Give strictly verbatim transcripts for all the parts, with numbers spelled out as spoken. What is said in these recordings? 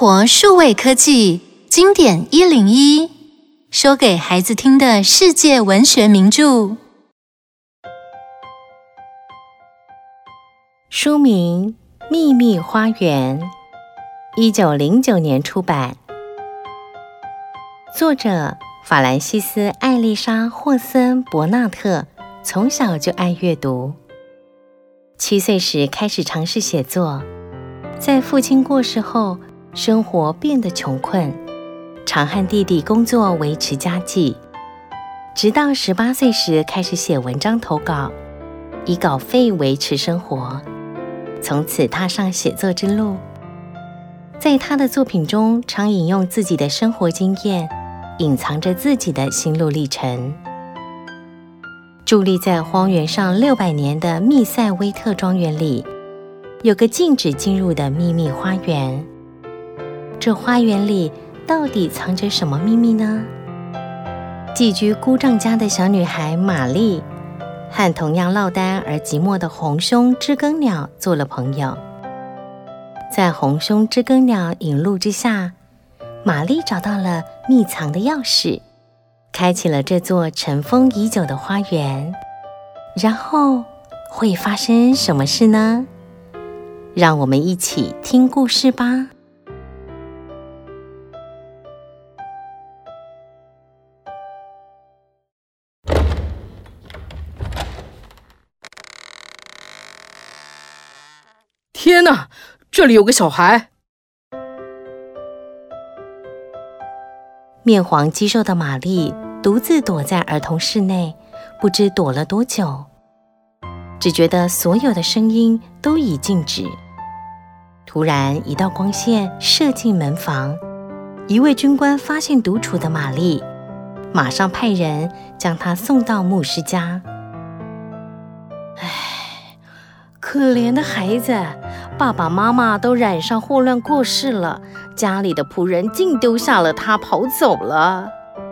活数位科技经典一零一，说给孩子听的世界文学名著。 书名《秘密花园》，一九零九年出版。作者法兰西斯·艾丽莎·霍森·伯纳特从小就爱阅读，七岁时开始尝试写作，在父亲过世后，生活变得穷困，常和弟弟工作维持家计，直到十八岁时开始写文章投稿，以稿费维持生活，从此踏上写作之路。在他的作品中，常引用自己的生活经验，隐藏着自己的心路历程。伫立在荒原上六百年的密塞威特庄园里，有个禁止进入的秘密花园。这花园里到底藏着什么秘密呢？寄居姑丈家的小女孩玛丽和同样落单而寂寞的红胸知更鸟做了朋友。在红胸知更鸟引路之下，玛丽找到了秘藏的钥匙，开启了这座尘封已久的花园。然后会发生什么事呢？让我们一起听故事吧。 天哪，这里有个小孩！ 面黄肌瘦的玛丽独自躲在儿童室内，不知躲了多久，只觉得所有的声音都已静止。突然，一道光线射进门房，一位军官发现独处的玛丽，马上派人将她送到牧师家。唉，可怜的孩子，爸爸妈妈都染上霍乱过世了，家里的仆人竟丢下了他跑走了。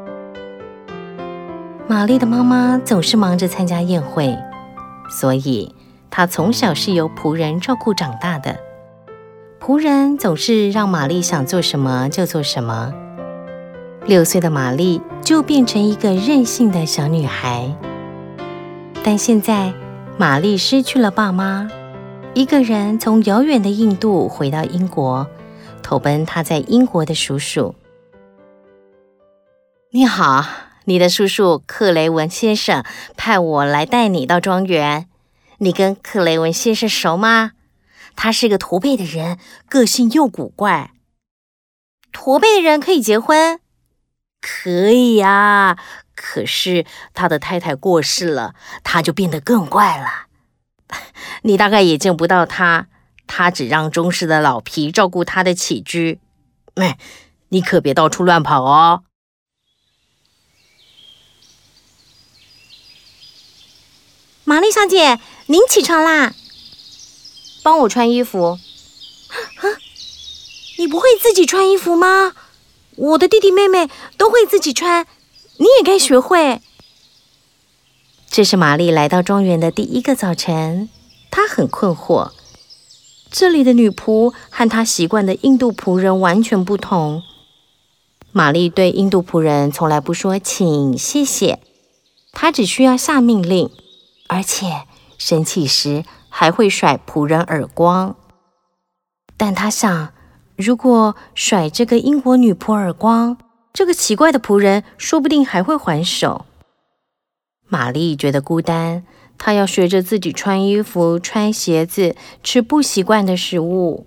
玛丽的妈妈总是忙着参加宴会，所以她从小是由仆人照顾长大的。仆人总是让玛丽想做什么就做什么。六岁的玛丽就变成一个任性的小女孩。但现在，玛丽失去了爸妈，一个人从遥远的印度回到英国，投奔她在英国的叔叔。你好，你的叔叔克雷文先生派我来带你到庄园。你跟克雷文先生熟吗？他是个驼背的人，个性又古怪。驼背的人可以结婚？可以啊，可是他的太太过世了，他就变得更怪了。你大概也见不到他，他只让中式的老皮照顾他的起居。哎，你可别到处乱跑哦。玛丽小姐，您起床啦！帮我穿衣服。啊，你不会自己穿衣服吗？我的弟弟妹妹都会自己穿，你也该学会。这是玛丽来到庄园的第一个早晨，她很困惑。这里的女仆和她习惯的印度仆人完全不同。玛丽对印度仆人从来不说请、谢谢，她只需要下命令，而且生气时还会甩仆人耳光。但她想，如果甩这个英国女仆耳光，这个奇怪的仆人说不定还会还手。玛丽觉得孤单，她要学着自己穿衣服、穿鞋子，吃不习惯的食物。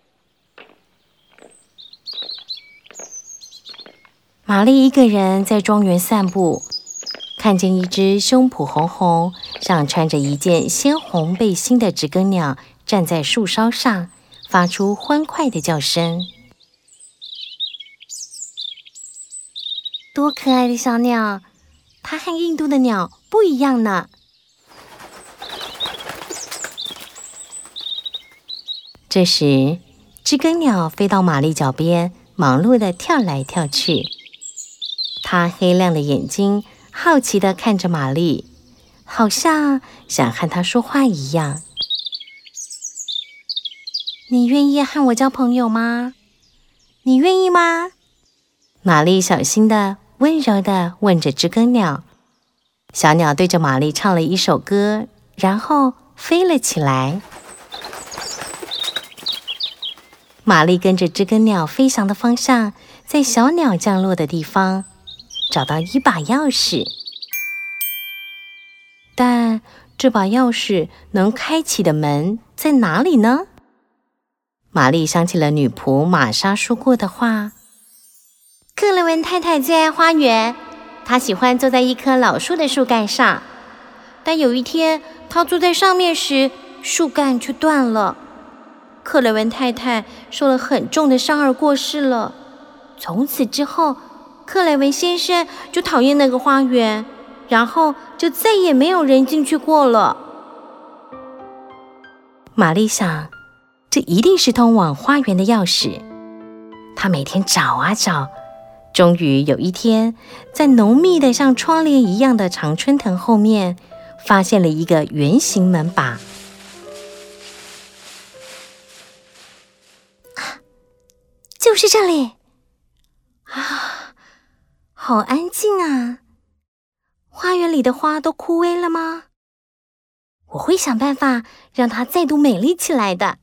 玛丽一个人在庄园散步，看见一只胸脯红红、像穿着一件鲜红背心的知更鸟站在树梢上，发出欢快的叫声。多可爱的小鸟！它和印度的鸟不一样呢。这时，知更鸟飞到玛丽脚边，忙碌地跳来跳去。它黑亮的眼睛好奇地看着玛丽，好像想和她说话一样。你愿意和我交朋友吗？ 你愿意吗？玛丽小心地、温柔地问着知更鸟。小鸟对着玛丽唱了一首歌，然后飞了起来。玛丽跟着知更鸟飞翔的方向，在小鸟降落的地方找到一把钥匙。但这把钥匙能开启的门在哪里呢？玛丽想起了女仆玛莎说过的话：克雷文太太最爱花园，她喜欢坐在一棵老树的树干上。但有一天，她坐在上面时，树干却断了。克雷文太太受了很重的伤而过世了。从此之后，克雷文先生就讨厌那个花园，然后就再也没有人进去过了。玛丽想，这一定是通往花园的钥匙。她每天找啊找，终于有一天，在浓密的像窗帘一样的常春藤后面，发现了一个圆形门把。就是这里啊，好安静啊！花园里的花都枯萎了吗？我会想办法让它再度美丽起来的。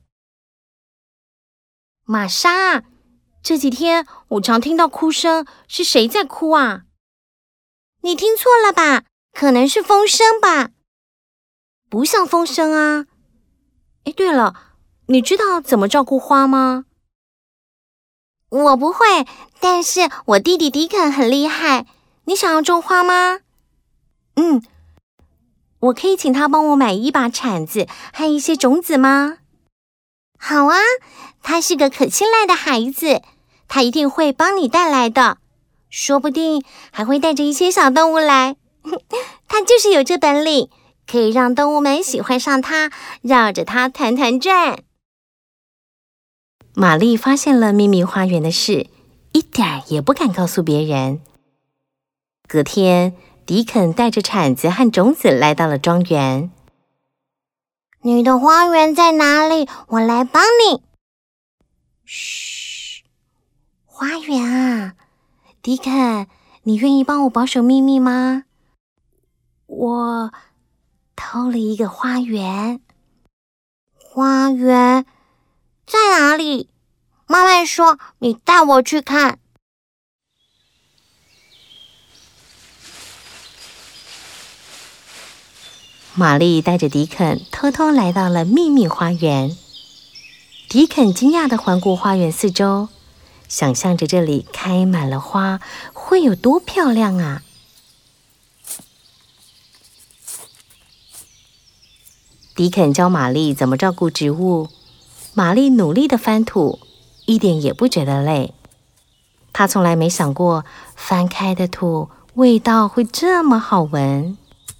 玛莎，这几天我常听到哭声，是谁在哭啊？你听错了吧？可能是风声吧？不像风声啊。诶，对了，你知道怎么照顾花吗？我不会，但是我弟弟迪肯很厉害。你想要种花吗？嗯，我可以请他帮我买一把铲子和一些种子吗？好啊，他是个可亲赖的孩子，他一定会帮你带来的，说不定还会带着一些小动物来。他就是有这本领，可以让动物们喜欢上他，绕着他团团转。玛丽发现了秘密花园的事，一点也不敢告诉别人。隔天，迪肯带着铲子和种子来到了庄园。你的花园在哪里？我来帮你。嘘，花园啊，迪肯，你愿意帮我保守秘密吗？我偷了一个花园。花园在哪里？妈妈说你带我去看。玛丽带着迪肯偷偷来到了秘密花园。迪肯惊讶地环顾花园四周，想象着这里开满了花，会有多漂亮啊！迪肯教玛丽怎么照顾植物，玛丽努力地翻土，一点也不觉得累。她从来没想过翻开的土味道会这么好闻。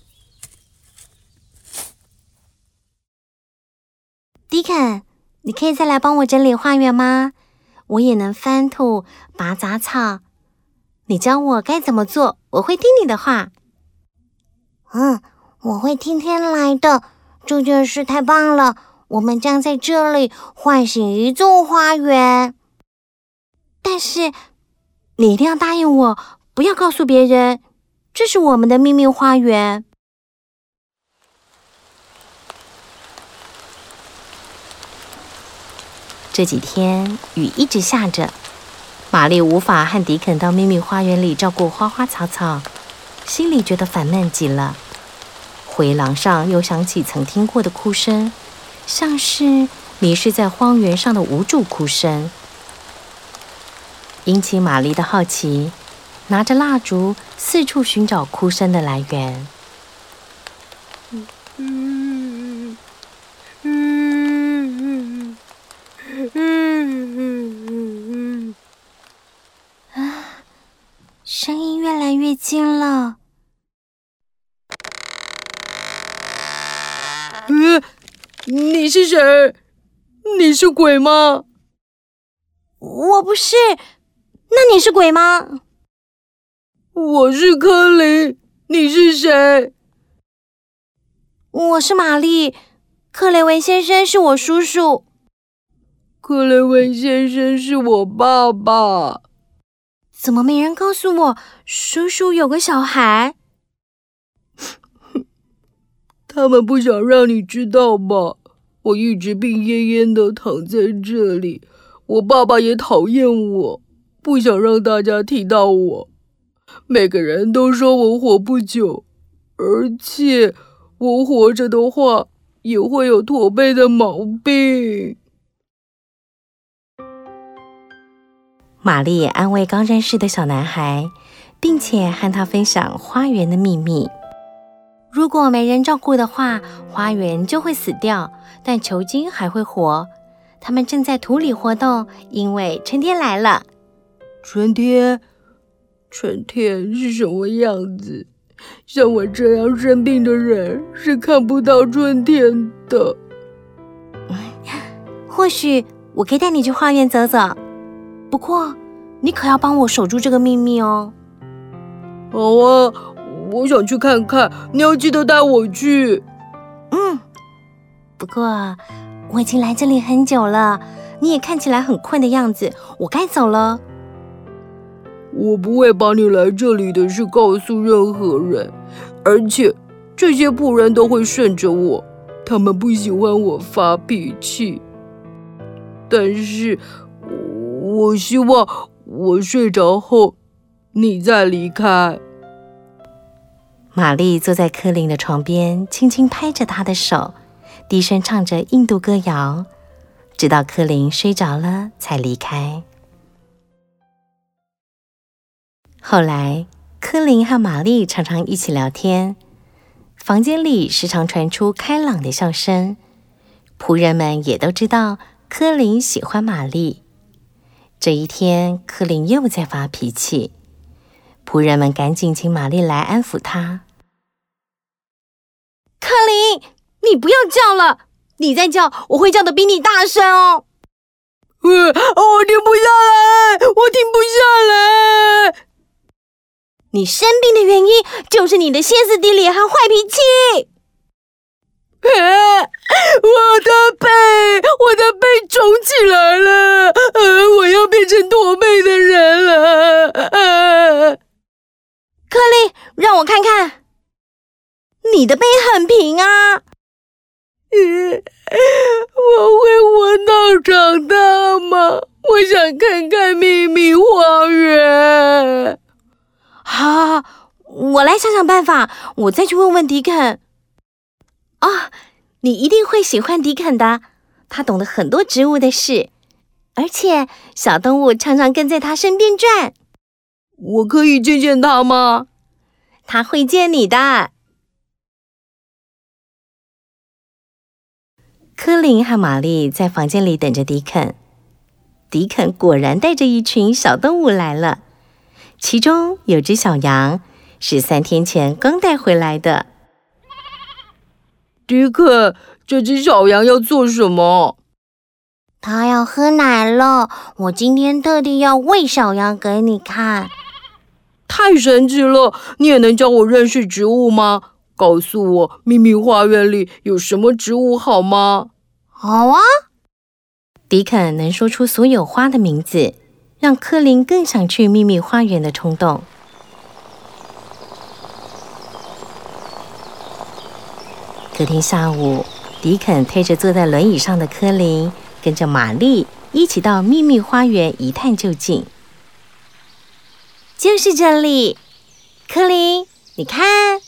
迪肯，你可以再来帮我整理花园吗？我也能翻土、拔杂草。你教我该怎么做，我会听你的话。嗯，我会天天来的。这件事太棒了，我们将在这里唤醒一座花园。但是，你一定要答应我，不要告诉别人，这是我们的秘密花园。这几天雨一直下着，玛丽无法和迪肯到秘密花园里照顾花花草草，心里觉得烦闷极了。回廊上又响起曾听过的哭声，像是迷失在荒原上的无助哭声。引起玛丽的好奇，拿着蜡烛四处寻找哭声的来源。嗯嗯嗯嗯嗯啊，声音越来越近了。 呃，你是谁？你是鬼吗？ 我不是，那你是鬼吗？ 我是柯林，你是谁？ 我是玛丽，克雷文先生是我叔叔。 克雷维先生是我爸爸。 怎么没人告诉我，叔叔有个小孩？ 他们不想让你知道吧？我一直病恹恹的躺在这里，我爸爸也讨厌我，不想让大家提到我。每个人都说我活不久，而且我活着的话也会有驼背的毛病。 玛丽安慰刚认识的小男孩，并且和他分享花园的秘密。如果没人照顾的话，花园就会死掉，但球茎还会活。它们正在土里活动，因为春天来了。 春天？春天是什么样子？像我这样生病的人是看不到春天的。 或许我可以带你去花园走走，不过你可要帮我守住这个秘密哦。 好啊，我想去看看，你要记得带我去。 嗯，不过我已经来这里很久了，你也看起来很困的样子，我该走了。 我不会把你来这里的事告诉任何人，而且这些仆人都会顺着我，他们不喜欢我发脾气。但是我希望我睡着后你再离开。 玛丽坐在柯林的床边，轻轻拍着他的手，低声唱着印度歌谣，直到柯林睡着了才离开。后来，柯林和玛丽常常一起聊天，房间里时常传出开朗的笑声。仆人们也都知道柯林喜欢玛丽。这一天，柯林又在发脾气，仆人们赶紧请玛丽来安抚他。柯林，你不要叫了，你再叫，我会叫得比你大声哦。 呃，我停不下来，我停不下来。 你生病的原因就是你的歇斯底里和坏脾气。 啊，我的背，我的背肿起来了，呃，我要变成驼背的人了。呃、 柯林，让我看看，你的背很平啊。 嗯，我会活到长大吗？我想看看秘密花园。 好，我来想想办法，我再去问问迪肯。哦，你一定会喜欢迪肯的，他懂得很多植物的事，而且小动物常常跟在他身边转。 我可以见见他吗？ 他会见你的。柯林和玛丽在房间里等着迪肯。迪肯果然带着一群小动物来了，其中有只小羊，是三天前刚带回来的。 迪肯，这只小羊要做什么？ 它要喝奶了，我今天特地要喂小羊给你看。 太神奇了！你也能教我认识植物吗？告诉我秘密花园里有什么植物好吗？ 好啊！ 迪肯能说出所有花的名字，让柯林更想去秘密花园的冲动。隔天下午，迪肯推着坐在轮椅上的柯林，跟着玛丽一起到秘密花园一探究竟。就是这里，柯林，你看。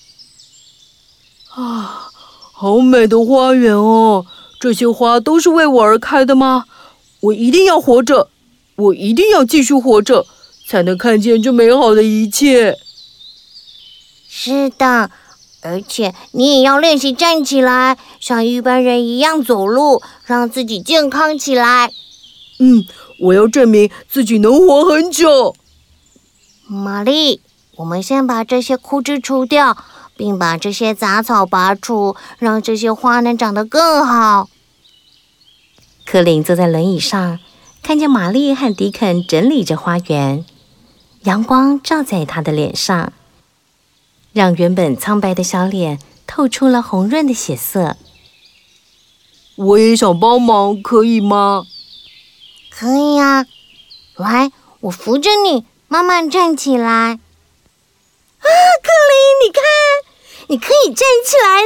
啊，好美的花园哦！这些花都是为我而开的吗？我一定要活着，我一定要继续活着，才能看见这美好的一切。 是的，而且你也要练习站起来，像一般人一样走路，让自己健康起来。 嗯，我要证明自己能活很久。 玛丽，我们先把这些枯枝除掉，并把这些杂草拔除，让这些花能长得更好。 柯林坐在轮椅上，看见玛丽和迪肯整理着花园，阳光照在他的脸上，让原本苍白的小脸透出了红润的血色。 我也想帮忙，可以吗？ 可以啊，来，我扶着你，慢慢站起来。啊，克林，你看，你可以站起来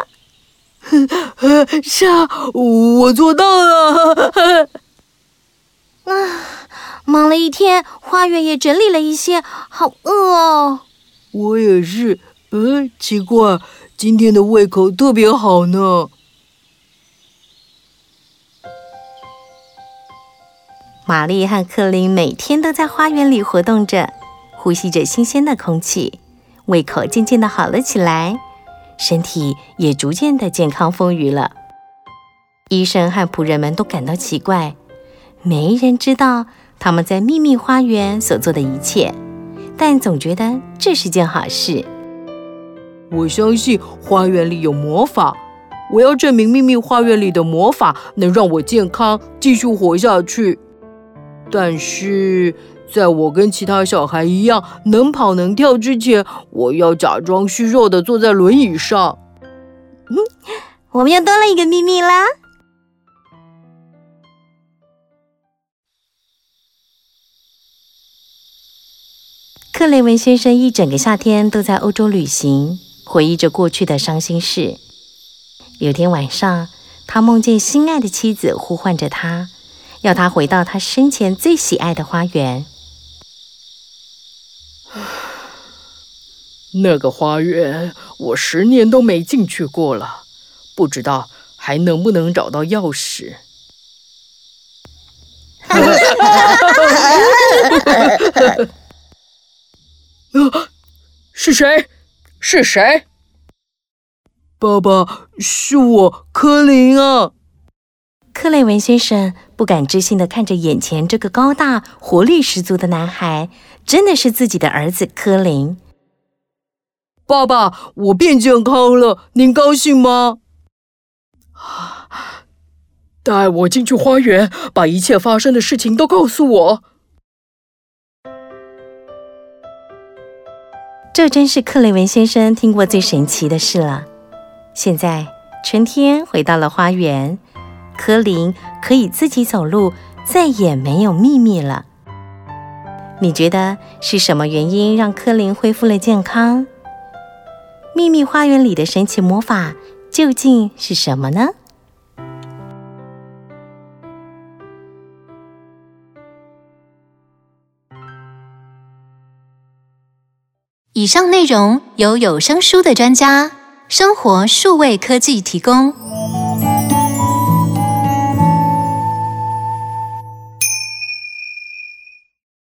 的。是啊，我做到了。 啊，忙了一天，花园也整理了一些，好饿哦。 我也是，呃，奇怪，今天的胃口特别好呢。 玛丽和克林每天都在花园里活动着，呼吸着新鲜的空气，胃口渐渐的好了起来，身体也逐渐的健康丰腴了。医生和仆人们都感到奇怪，没人知道他们在秘密花园所做的一切，但总觉得这是件好事。 我相信花园里有魔法，我要证明秘密花园里的魔法能让我健康，继续活下去。但是在我跟其他小孩一样能跑能跳之前，我要假装虚弱的坐在轮椅上。 嗯，我们又多了一个秘密啦。 克雷文先生一整个夏天都在欧洲旅行，回忆着过去的伤心事。有天晚上，他梦见心爱的妻子呼唤着他，要他回到他生前最喜爱的花园。 那个花园我十年都没进去过了，不知道还能不能找到钥匙。是谁？是谁？爸爸，是我，柯林啊！ 克雷文先生不敢置信地看着眼前这个高大、活力十足的男孩，真的是自己的儿子柯林。 爸爸，我变健康了，您高兴吗？带我进去花园，把一切发生的事情都告诉我。 这真是克雷文先生听过最神奇的事了。现在，春天回到了花园，柯林可以自己走路，再也没有秘密了。你觉得是什么原因让柯林恢复了健康？秘密花园里的神奇魔法究竟是什么呢？ 以上内容由有声书的专家生活数位科技提供。